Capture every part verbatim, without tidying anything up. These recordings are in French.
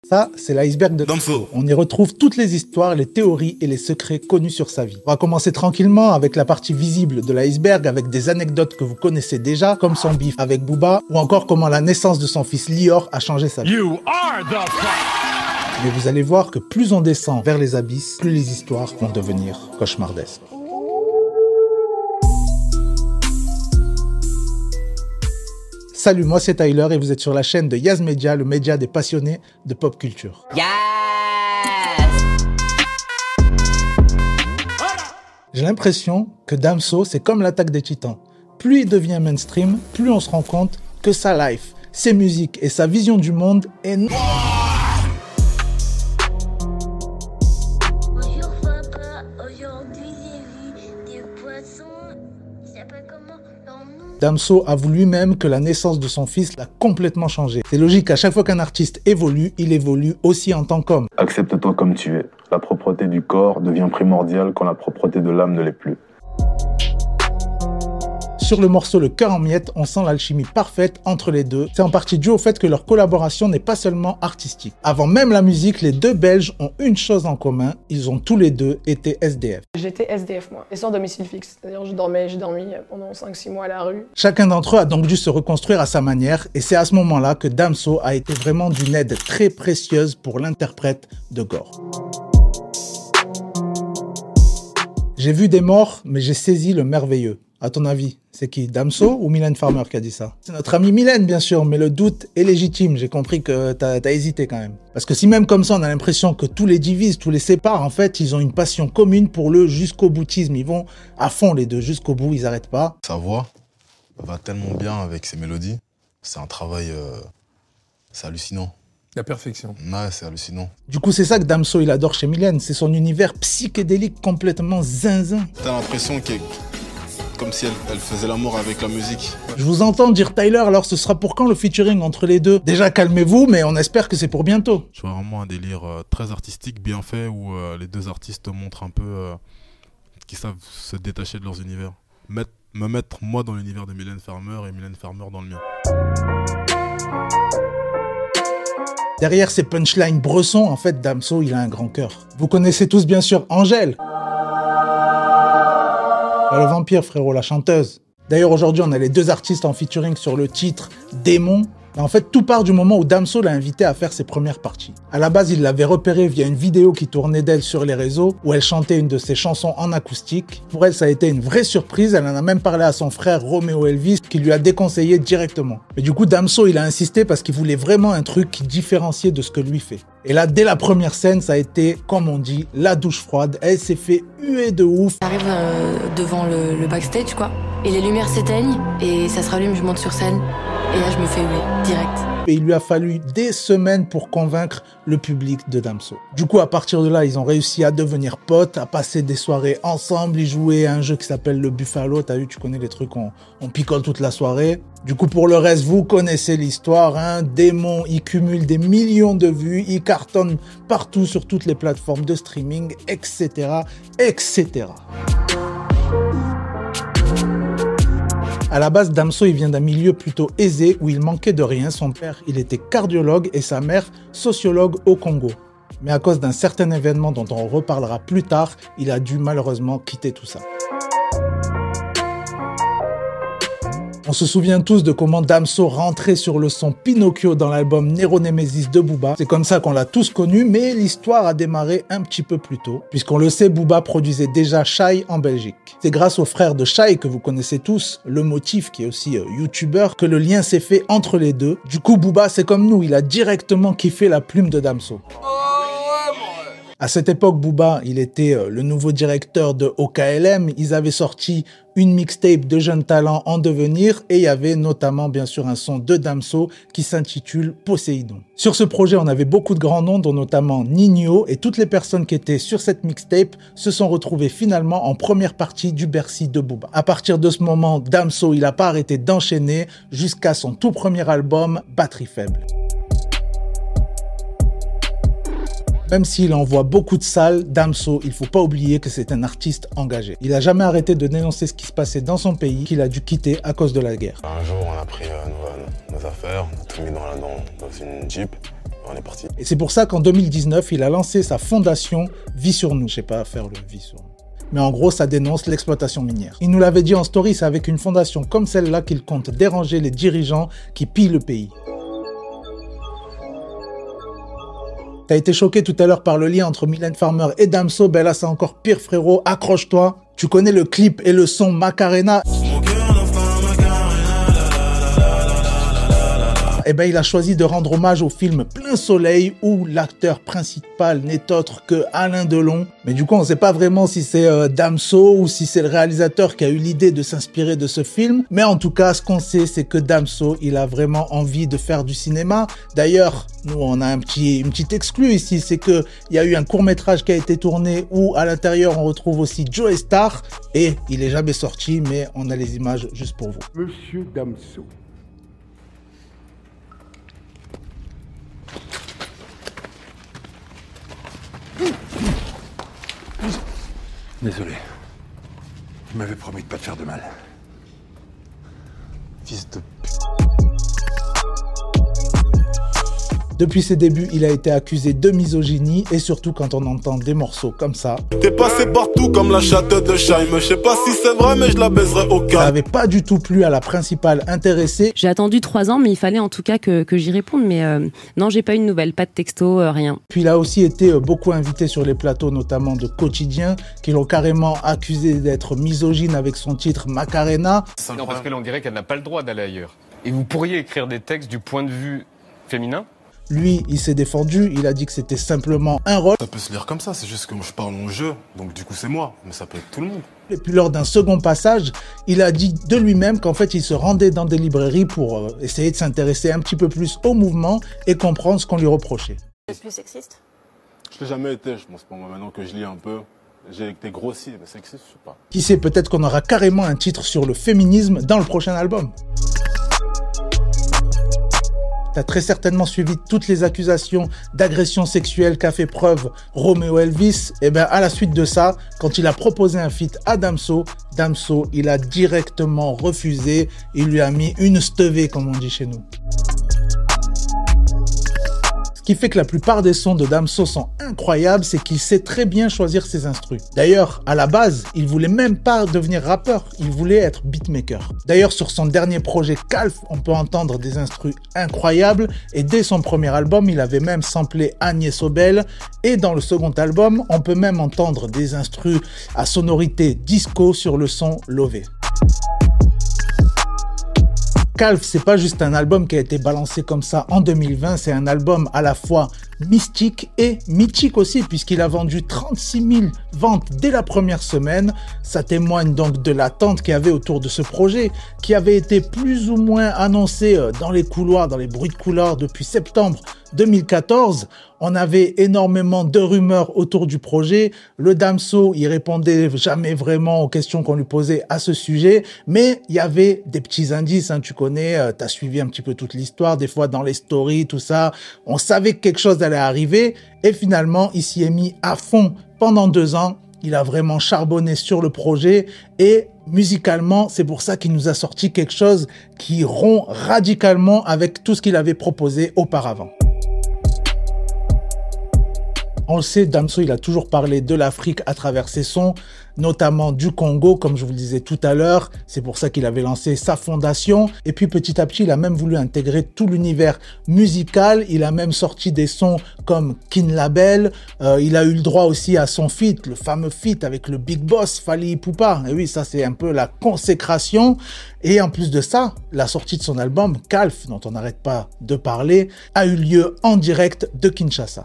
Ça, c'est l'iceberg de Damso. On y retrouve toutes les histoires, les théories et les secrets connus sur sa vie. On va commencer tranquillement avec la partie visible de l'iceberg, avec des anecdotes que vous connaissez déjà, comme son bif avec Booba, ou encore comment la naissance de son fils Lior a changé sa vie. You are the... Mais vous allez voir que plus on descend vers les abysses, plus les histoires vont devenir cauchemardesques. Salut, moi c'est Tyler et vous êtes sur la chaîne de Yaz Media, le média des passionnés de pop culture. Yes. J'ai l'impression que Damso, c'est comme l'attaque des Titans. Plus il devient mainstream, plus on se rend compte que sa life, ses musiques et sa vision du monde est noire. Damso avoue lui-même que la naissance de son fils l'a complètement changé. C'est logique, à chaque fois qu'un artiste évolue, il évolue aussi en tant qu'homme. Accepte-toi comme tu es. La propreté du corps devient primordiale quand la propreté de l'âme ne l'est plus. Sur le morceau Le Cœur en miettes, on sent l'alchimie parfaite entre les deux. C'est en partie dû au fait que leur collaboration n'est pas seulement artistique. Avant même la musique, les deux Belges ont une chose en commun, ils ont tous les deux été S D F. J'étais S D F moi, et sans domicile fixe. C'est-à-dire je dormais, j'ai dormi pendant cinq six mois à la rue. Chacun d'entre eux a donc dû se reconstruire à sa manière, et c'est à ce moment-là que Damso a été vraiment d'une aide très précieuse pour l'interprète de Gore. J'ai vu des morts, mais j'ai saisi le merveilleux. À ton avis, c'est qui, Damso ou Mylène Farmer qui a dit ça? C'est notre amie Mylène, bien sûr, mais le doute est légitime. J'ai compris que t'as, t'as hésité quand même. Parce que si même comme ça, on a l'impression que tous les divisent, tous les séparent, en fait, ils ont une passion commune pour le jusqu'au boutisme. Ils vont à fond les deux, jusqu'au bout, ils n'arrêtent pas. Sa voix va tellement bien avec ses mélodies. C'est un travail... Euh, c'est hallucinant. La perfection. Ouais, c'est hallucinant. Du coup, c'est ça que Damso, il adore chez Mylène. C'est son univers psychédélique complètement zinzin. T'as l'impression qu'il y a... comme si elle, elle faisait l'amour avec la musique. Je vous entends dire Tyler, alors ce sera pour quand le featuring entre les deux? Déjà calmez-vous, mais on espère que c'est pour bientôt. Je vois vraiment un délire euh, très artistique, bien fait, où euh, les deux artistes montrent un peu euh, qu'ils savent se détacher de leurs univers. Mettre, me mettre moi dans l'univers de Mylène Farmer et Mylène Farmer dans le mien. Derrière ces punchlines bressons, en fait, Damso, il a un grand cœur. Vous connaissez tous bien sûr Angèle. Le vampire, frérot, la chanteuse. D'ailleurs, aujourd'hui, on a les deux artistes en featuring sur le titre Démon. En fait, tout part du moment où Damso l'a invité à faire ses premières parties. À la base, il l'avait repérée via une vidéo qui tournait d'elle sur les réseaux, où elle chantait une de ses chansons en acoustique. Pour elle, ça a été une vraie surprise. Elle en a même parlé à son frère Romeo Elvis, qui lui a déconseillé directement. Mais du coup, Damso, il a insisté parce qu'il voulait vraiment un truc qui différenciait de ce que lui fait. Et là, dès la première scène, ça a été, comme on dit, la douche froide. Elle s'est fait huer de ouf. J'arrive euh, devant le, le backstage, quoi. Et les lumières s'éteignent, et ça se rallume, je monte sur scène. Et là, je me fais huer, direct. Et il lui a fallu des semaines pour convaincre le public de Damso. Du coup, à partir de là, ils ont réussi à devenir potes, à passer des soirées ensemble. Ils jouaient à un jeu qui s'appelle le Buffalo. T'as vu, tu connais les trucs, on, on picole toute la soirée. Du coup, pour le reste, vous connaissez l'histoire. Hein. Démon, il cumule des millions de vues. Il cartonne partout sur toutes les plateformes de streaming, et cetera, et cetera. À la base, Damso, il vient d'un milieu plutôt aisé où il manquait de rien. Son père, il était cardiologue et sa mère, sociologue au Congo. Mais à cause d'un certain événement dont on reparlera plus tard, il a dû malheureusement quitter tout ça. On se souvient tous de comment Damso rentrait sur le son Pinocchio dans l'album Nero Nemesis de Booba. C'est comme ça qu'on l'a tous connu, mais l'histoire a démarré un petit peu plus tôt. Puisqu'on le sait, Booba produisait déjà Shai en Belgique. C'est grâce au frère de Shai, que vous connaissez tous, le Motif, qui est aussi euh, youtubeur, que le lien s'est fait entre les deux. Du coup, Booba, c'est comme nous, il a directement kiffé la plume de Damso. À cette époque, Booba, il était euh, le nouveau directeur de O K L M. Ils avaient sorti une mixtape de jeunes talents en devenir et il y avait notamment, bien sûr, un son de Damso qui s'intitule Poséidon. Sur ce projet, on avait beaucoup de grands noms, dont notamment Ninho, et toutes les personnes qui étaient sur cette mixtape se sont retrouvées finalement en première partie du Bercy de Booba. À partir de ce moment, Damso, il n'a pas arrêté d'enchaîner jusqu'à son tout premier album, Batterie Faible. Même s'il envoie beaucoup de salles, Damso, il faut pas oublier que c'est un artiste engagé. Il a jamais arrêté de dénoncer ce qui se passait dans son pays, qu'il a dû quitter à cause de la guerre. Un jour, on a pris euh, nos, nos affaires, on a tout mis dans, la, dans, dans une Jeep, on est parti. Et c'est pour ça qu'en deux mille dix-neuf, il a lancé sa fondation Vie sur nous. Je sais pas faire le Vie sur nous. Mais en gros, ça dénonce l'exploitation minière. Il nous l'avait dit en story, c'est avec une fondation comme celle-là qu'il compte déranger les dirigeants qui pillent le pays. T'as été choqué tout à l'heure par le lien entre Mylène Farmer et Damso, ben là c'est encore pire frérot, accroche-toi. Tu connais le clip et le son Macarena. Eh ben, il a choisi de rendre hommage au film Plein Soleil où l'acteur principal n'est autre que Alain Delon. Mais du coup, on ne sait pas vraiment si c'est euh, Damso ou si c'est le réalisateur qui a eu l'idée de s'inspirer de ce film. Mais en tout cas, ce qu'on sait, c'est que Damso, il a vraiment envie de faire du cinéma. D'ailleurs, nous, on a un petit, une petite exclue ici, c'est que il y a eu un court-métrage qui a été tourné où à l'intérieur, on retrouve aussi Joe Star et il est jamais sorti, mais on a les images juste pour vous. Monsieur Damso. Désolé. Il m'avait promis de pas te faire de mal. Fils de... Depuis ses débuts, il a été accusé de misogynie et surtout quand on entend des morceaux comme ça. T'es passé partout comme la chatte de Scheim. Je sais pas si c'est vrai, mais je la baiserai au calme. Ça n'avait pas du tout plu à la principale intéressée. J'ai attendu trois ans, mais il fallait en tout cas que, que j'y réponde. Mais euh, non, j'ai pas eu de nouvelles, pas de texto, euh, rien. Puis il a aussi été beaucoup invité sur les plateaux, notamment de Quotidien, qui l'ont carrément accusé d'être misogyne avec son titre Macarena. Non, parce que là, on dirait qu'elle n'a pas le droit d'aller ailleurs. Et vous pourriez écrire des textes du point de vue féminin ? Lui, il s'est défendu, il a dit que c'était simplement un rôle. Ça peut se lire comme ça, c'est juste que je parle en jeu, donc du coup c'est moi, mais ça peut être tout le monde. Et puis lors d'un second passage, il a dit de lui-même qu'en fait il se rendait dans des librairies pour euh, essayer de s'intéresser un petit peu plus au mouvement et comprendre ce qu'on lui reprochait. Le plus sexiste ? Je l'ai jamais été, je pense, pour moi maintenant que je lis un peu. J'ai été grossi, mais sexiste, je sais pas. Qui sait, peut-être qu'on aura carrément un titre sur le féminisme dans le prochain album. T'as très certainement suivi toutes les accusations d'agression sexuelle qu'a fait preuve Romeo Elvis. Et bien, à la suite de ça, quand il a proposé un feat à Damso, Damso, il a directement refusé. Il lui a mis une stevée, comme on dit chez nous. Ce qui fait que la plupart des sons de Damso sont incroyables, c'est qu'il sait très bien choisir ses instrus. D'ailleurs, à la base, il voulait même pas devenir rappeur, il voulait être beatmaker. D'ailleurs, sur son dernier projet Calf, on peut entendre des instrus incroyables, et dès son premier album, il avait même samplé Agnès Obel, et dans le second album, on peut même entendre des instrus à sonorité disco sur le son Lové. Calf, c'est pas juste un album qui a été balancé comme ça en deux mille vingt, c'est un album à la fois mystique et mythique aussi, puisqu'il a vendu trente-six mille ventes dès la première semaine. Ça témoigne donc de l'attente qu'il y avait autour de ce projet, qui avait été plus ou moins annoncé dans les couloirs, dans les bruits de couloirs depuis septembre deux mille quatorze. On avait énormément de rumeurs autour du projet. Le Damso, il répondait jamais vraiment aux questions qu'on lui posait à ce sujet, mais il y avait des petits indices, hein, tu connais, euh, t'as suivi un petit peu toute l'histoire, des fois dans les stories, tout ça. On savait que quelque chose allait arriver, et finalement, il s'y est mis à fond pendant deux ans. Il a vraiment charbonné sur le projet, et musicalement, c'est pour ça qu'il nous a sorti quelque chose qui rompt radicalement avec tout ce qu'il avait proposé auparavant. On le sait, Damso, il a toujours parlé de l'Afrique à travers ses sons, notamment du Congo, comme je vous le disais tout à l'heure. C'est pour ça qu'il avait lancé sa fondation. Et puis petit à petit, il a même voulu intégrer tout l'univers musical. Il a même sorti des sons comme Kin Label. Euh, il a eu le droit aussi à son feat, le fameux feat avec le Big Boss, Fally Ipupa. Et oui, ça c'est un peu la consécration. Et en plus de ça, la sortie de son album, Calf, dont on n'arrête pas de parler, a eu lieu en direct de Kinshasa.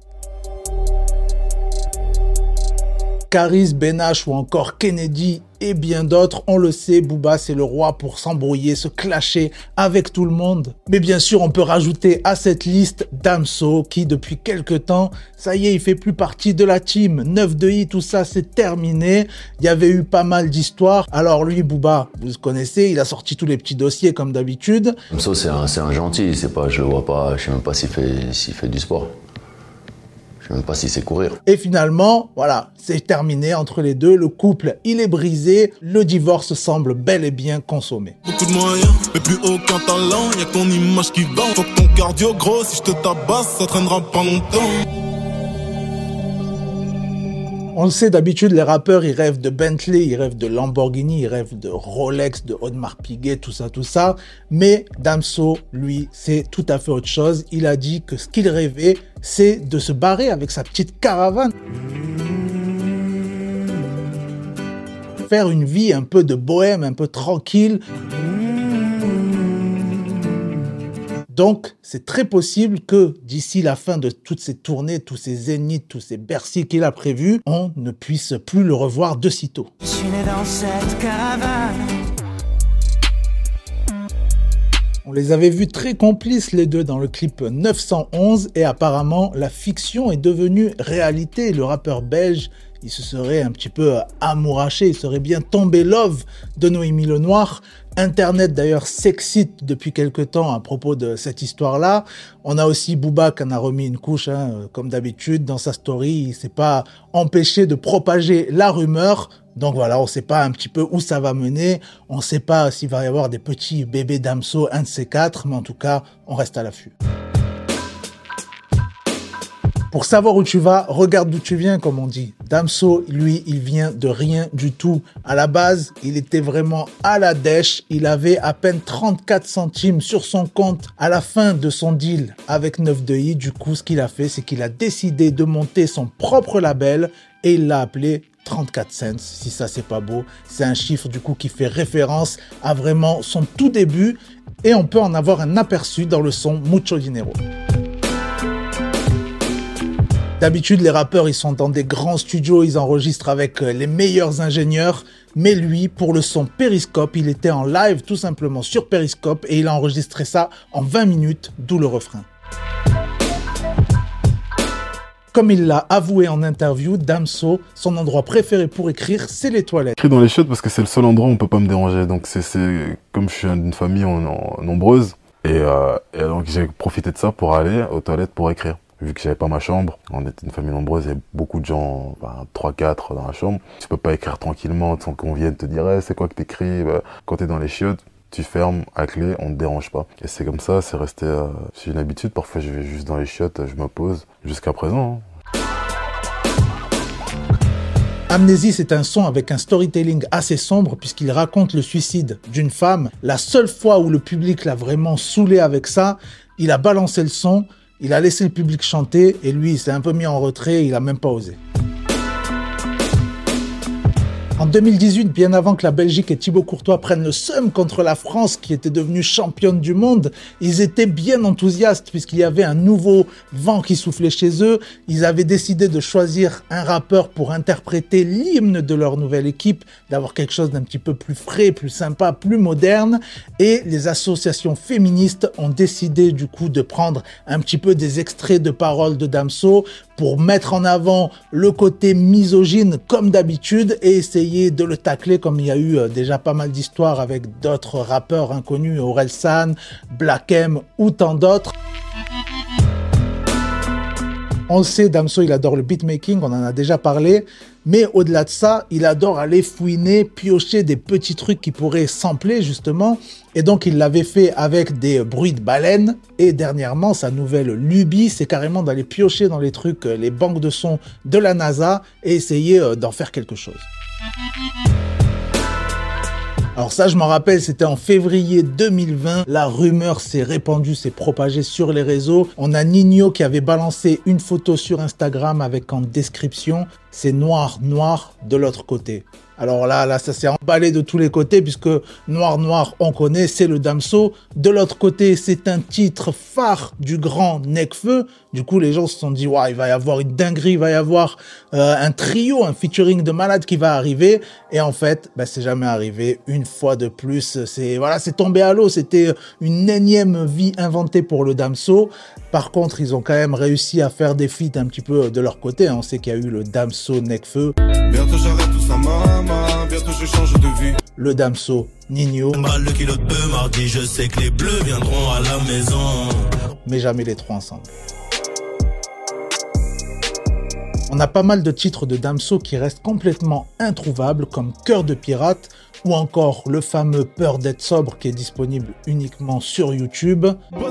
Caris, Benache ou encore Kennedy et bien d'autres, on le sait, Booba c'est le roi pour s'embrouiller, se clasher avec tout le monde. Mais bien sûr, on peut rajouter à cette liste Damso qui depuis quelques temps, ça y est, il fait plus partie de la team. neuf de i, tout ça c'est terminé. Il y avait eu pas mal d'histoires. Alors lui, Booba, vous connaissez, il a sorti tous les petits dossiers comme d'habitude. Damso c'est un, c'est un gentil, c'est pas, je le vois pas, je sais même pas s'il fait, s'il fait du sport. sais même pas si c'est courir. Et finalement, voilà, c'est terminé entre les deux. Le couple, il est brisé. Le divorce semble bel et bien consommé. Beaucoup de moyens, mais plus aucun talent. Y'a ton image qui va. Faut que ton cardio gros, si je te tabasse, ça traînera pas longtemps. On le sait, d'habitude, les rappeurs, ils rêvent de Bentley, ils rêvent de Lamborghini, ils rêvent de Rolex, de Audemars Piguet, tout ça, tout ça. Mais Damso, lui, c'est tout à fait autre chose. Il a dit que ce qu'il rêvait, c'est de se barrer avec sa petite caravane. Faire une vie un peu de bohème, un peu tranquille. Donc, c'est très possible que d'ici la fin de toutes ces tournées, tous ces zéniths, tous ces Bercy qu'il a prévus, on ne puisse plus le revoir de sitôt. Je suis né dans cette caravane. On les avait vus très complices les deux dans le clip neuf cent onze et apparemment la fiction est devenue réalité. Le rappeur belge, il se serait un petit peu amouraché, il serait bien tombé love de Noémie Lenoir. Internet d'ailleurs s'excite depuis quelque temps à propos de cette histoire-là. On a aussi Booba qui en a remis une couche, hein, comme d'habitude, dans sa story. Il ne s'est pas empêché de propager la rumeur. Donc voilà, on ne sait pas un petit peu où ça va mener. On ne sait pas s'il va y avoir des petits bébés Damso, un de ces quatre. Mais en tout cas, on reste à l'affût. Pour savoir où tu vas, regarde d'où tu viens, comme on dit. Damso, lui, il vient de rien du tout. À la base, il était vraiment à la dèche. Il avait à peine trente-quatre centimes sur son compte à la fin de son deal avec neuf deux i. Du coup, ce qu'il a fait, c'est qu'il a décidé de monter son propre label et il l'a appelé trente-quatre cents. Si ça, c'est pas beau. C'est un chiffre, du coup, qui fait référence à vraiment son tout début et on peut en avoir un aperçu dans le son Mucho Dinero. D'habitude, les rappeurs, ils sont dans des grands studios, ils enregistrent avec les meilleurs ingénieurs. Mais lui, pour le son Periscope, il était en live tout simplement sur Periscope et il a enregistré ça en vingt minutes, d'où le refrain. Comme il l'a avoué en interview, Damso, son endroit préféré pour écrire, c'est les toilettes. J'écris dans les chiottes parce que c'est le seul endroit où on peut pas me déranger. Donc c'est, c'est comme je suis d'une famille en, en, nombreuse et, euh, et donc j'ai profité de ça pour aller aux toilettes pour écrire. Vu que j'avais pas ma chambre, on était une famille nombreuse, il y avait beaucoup de gens, enfin, trois quatre dans la chambre. Tu peux pas écrire tranquillement sans qu'on vienne te dire hey, c'est quoi que t'écris. Quand t'es dans les chiottes, tu fermes à clé, on te dérange pas. Et c'est comme ça, c'est resté, euh, c'est une habitude. Parfois je vais juste dans les chiottes, je me pose jusqu'à présent. Hein. Amnésie, c'est un son avec un storytelling assez sombre puisqu'il raconte le suicide d'une femme. La seule fois où le public l'a vraiment saoulé avec ça, il a balancé le son. Il a laissé le public chanter et lui, il s'est un peu mis en retrait, il a même pas osé. En deux mille dix-huit, bien avant que la Belgique et Thibaut Courtois prennent le seum contre la France qui était devenue championne du monde, ils étaient bien enthousiastes puisqu'il y avait un nouveau vent qui soufflait chez eux. Ils avaient décidé de choisir un rappeur pour interpréter l'hymne de leur nouvelle équipe, d'avoir quelque chose d'un petit peu plus frais, plus sympa, plus moderne. Et les associations féministes ont décidé du coup de prendre un petit peu des extraits de paroles de Damso pour mettre en avant le côté misogyne comme d'habitude et essayer de le tacler comme il y a eu déjà pas mal d'histoires avec d'autres rappeurs inconnus, Orelsan, Black M ou tant d'autres. On le sait, Damso, il adore le beatmaking, on en a déjà parlé, mais au-delà de ça, il adore aller fouiner, piocher des petits trucs qui pourraient sampler justement, et donc il l'avait fait avec des bruits de baleines, et dernièrement, sa nouvelle lubie, c'est carrément d'aller piocher dans les trucs, les banques de sons de la NASA, et essayer d'en faire quelque chose. Alors ça, je m'en rappelle, c'était en février deux mille vingt. La rumeur s'est répandue, s'est propagée sur les réseaux. On a Nino qui avait balancé une photo sur Instagram avec en description « C'est noir, noir de l'autre côté ». Alors là, là, ça s'est emballé de tous les côtés puisque Noir Noir, on connaît, c'est le Damso. De l'autre côté, c'est un titre phare du grand Nekfeu. Du coup, les gens se sont dit, ouais, il va y avoir une dinguerie, il va y avoir euh, un trio, un featuring de malade qui va arriver. Et en fait, bah, c'est jamais arrivé. Une fois de plus, c'est voilà, c'est tombé à l'eau. C'était une énième vie inventée pour le Damso. Par contre, ils ont quand même réussi à faire des feats un petit peu de leur côté. On sait qu'il y a eu le Damso Nekfeu. Bientôt j'arrête tout ça, maman. Bientôt je change de vue. Le Damso Nino. Le kilo de bœuf mardi, je sais que les bleus viendront à la maison. Mais jamais les trois ensemble. On a pas mal de titres de Damso qui restent complètement introuvables, comme Cœur de pirate, ou encore le fameux Peur d'être sobre qui est disponible uniquement sur YouTube.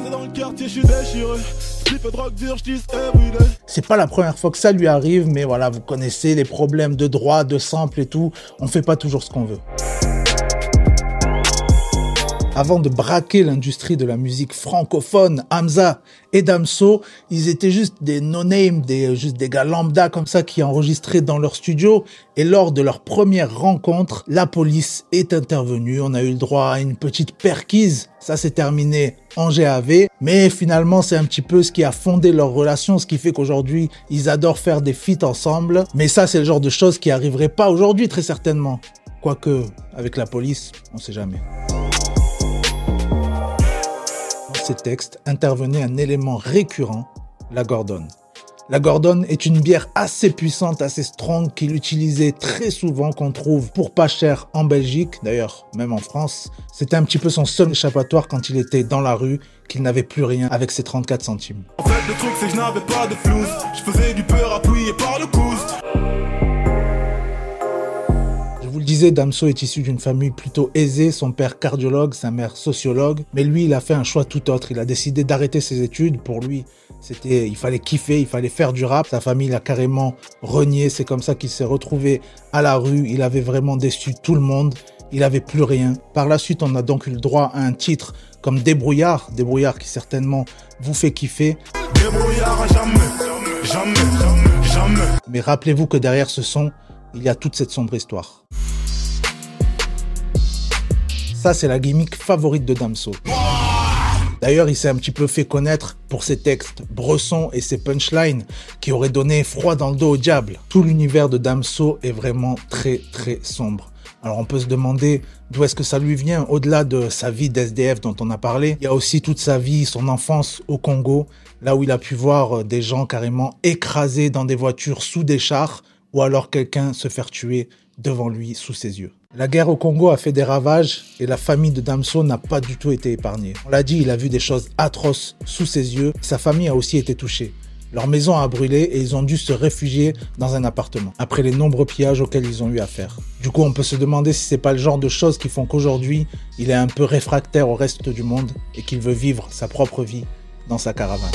C'est pas la première fois que ça lui arrive, mais voilà, vous connaissez les problèmes de droit, de sample et tout, on fait pas toujours ce qu'on veut. Avant de braquer l'industrie de la musique francophone, Hamza et Damso, ils étaient juste des no-name, des, juste des gars lambda comme ça qui enregistraient dans leur studio. Et lors de leur première rencontre, la police est intervenue. On a eu le droit à une petite perquise. Ça s'est terminé en G A V. Mais finalement, c'est un petit peu ce qui a fondé leur relation, ce qui fait qu'aujourd'hui, ils adorent faire des feats ensemble. Mais ça, c'est le genre de choses qui arriverait pas aujourd'hui, très certainement. Quoique, avec la police, on sait jamais. Ces textes intervenait un élément récurrent, la Gordon. La Gordon est une bière assez puissante, assez strong, qu'il utilisait très souvent, qu'on trouve pour pas cher en Belgique, d'ailleurs même en France. C'était un petit peu son seul échappatoire quand il était dans la rue, qu'il n'avait plus rien avec ses trente-quatre centimes. En fait, le truc c'est que je n'avais pas de flouze, je faisais du peur appuyé par le coude. Je vous le disais, Damso est issu d'une famille plutôt aisée, son père cardiologue, sa mère sociologue, mais lui il a fait un choix tout autre, il a décidé d'arrêter ses études. Pour lui, c'était, il fallait kiffer, il fallait faire du rap, sa famille l'a carrément renié, c'est comme ça qu'il s'est retrouvé à la rue, il avait vraiment déçu tout le monde, il avait plus rien. Par la suite, on a donc eu le droit à un titre comme Débrouillard, Débrouillard qui certainement vous fait kiffer. Débrouillard à jamais, jamais, jamais, jamais. Mais rappelez-vous que derrière ce son, il y a toute cette sombre histoire. Ça, c'est la gimmick favorite de Damso. D'ailleurs, il s'est un petit peu fait connaître pour ses textes bressons et ses punchlines qui auraient donné froid dans le dos au diable. Tout l'univers de Damso est vraiment très très sombre. Alors on peut se demander d'où est-ce que ça lui vient, au-delà de sa vie d'S D F dont on a parlé. Il y a aussi toute sa vie, son enfance au Congo, là où il a pu voir des gens carrément écrasés dans des voitures sous des chars, ou alors quelqu'un se faire tuer devant lui, sous ses yeux. La guerre au Congo a fait des ravages et la famille de Damso n'a pas du tout été épargnée. On l'a dit, il a vu des choses atroces sous ses yeux. Sa famille a aussi été touchée. Leur maison a brûlé et ils ont dû se réfugier dans un appartement, après les nombreux pillages auxquels ils ont eu affaire. Du coup, on peut se demander si c'est pas le genre de choses qui font qu'aujourd'hui, il est un peu réfractaire au reste du monde et qu'il veut vivre sa propre vie dans sa caravane.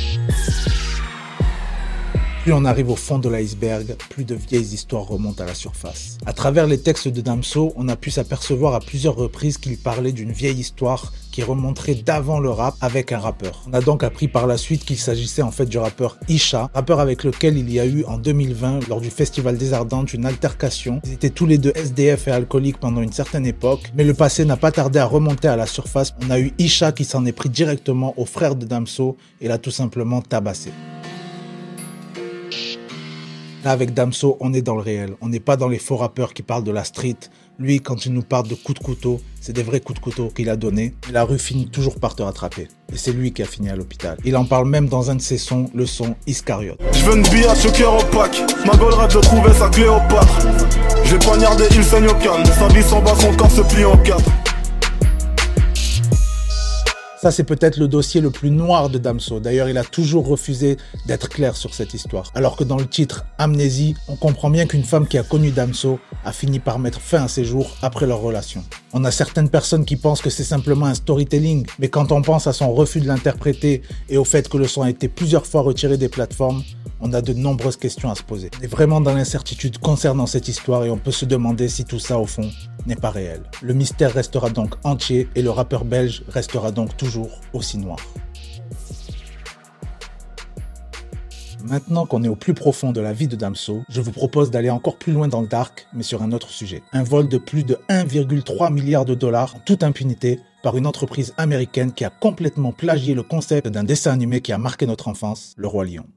Plus on arrive au fond de l'iceberg, plus de vieilles histoires remontent à la surface. À travers les textes de Damso, on a pu s'apercevoir à plusieurs reprises qu'il parlait d'une vieille histoire qui remonterait d'avant le rap avec un rappeur. On a donc appris par la suite qu'il s'agissait en fait du rappeur Isha, rappeur avec lequel il y a eu en deux mille vingt, lors du Festival des Ardentes, une altercation. Ils étaient tous les deux S D F et alcooliques pendant une certaine époque, mais le passé n'a pas tardé à remonter à la surface. On a eu Isha qui s'en est pris directement au frère de Damso et l'a tout simplement tabassé. Là, avec Damso, on est dans le réel. On n'est pas dans les faux rappeurs qui parlent de la street. Lui, quand il nous parle de coups de couteau, c'est des vrais coups de couteau qu'il a donnés. Et la rue finit toujours par te rattraper. Et c'est lui qui a fini à l'hôpital. Il en parle même dans un de ses sons, le son Iscariote. Je veux une bille à choquer opaque. Ma gueule rêve de trouver sa Cléopâtre. J'ai poignardé, il saigne au calme. Sa vie s'en bat, son corps se plie en quatre. Ça, c'est peut-être le dossier le plus noir de Damso. D'ailleurs, il a toujours refusé d'être clair sur cette histoire. Alors que dans le titre Amnésie, on comprend bien qu'une femme qui a connu Damso a fini par mettre fin à ses jours après leur relation. On a certaines personnes qui pensent que c'est simplement un storytelling, mais quand on pense à son refus de l'interpréter et au fait que le son a été plusieurs fois retiré des plateformes, on a de nombreuses questions à se poser. On est vraiment dans l'incertitude concernant cette histoire et on peut se demander si tout ça, au fond, n'est pas réel. Le mystère restera donc entier et le rappeur belge restera donc toujours aussi noir. Maintenant qu'on est au plus profond de la vie de Damso, je vous propose d'aller encore plus loin dans le dark, mais sur un autre sujet. Un vol de plus de un virgule trois milliard de dollars en toute impunité par une entreprise américaine qui a complètement plagié le concept d'un dessin animé qui a marqué notre enfance, Le Roi Lion.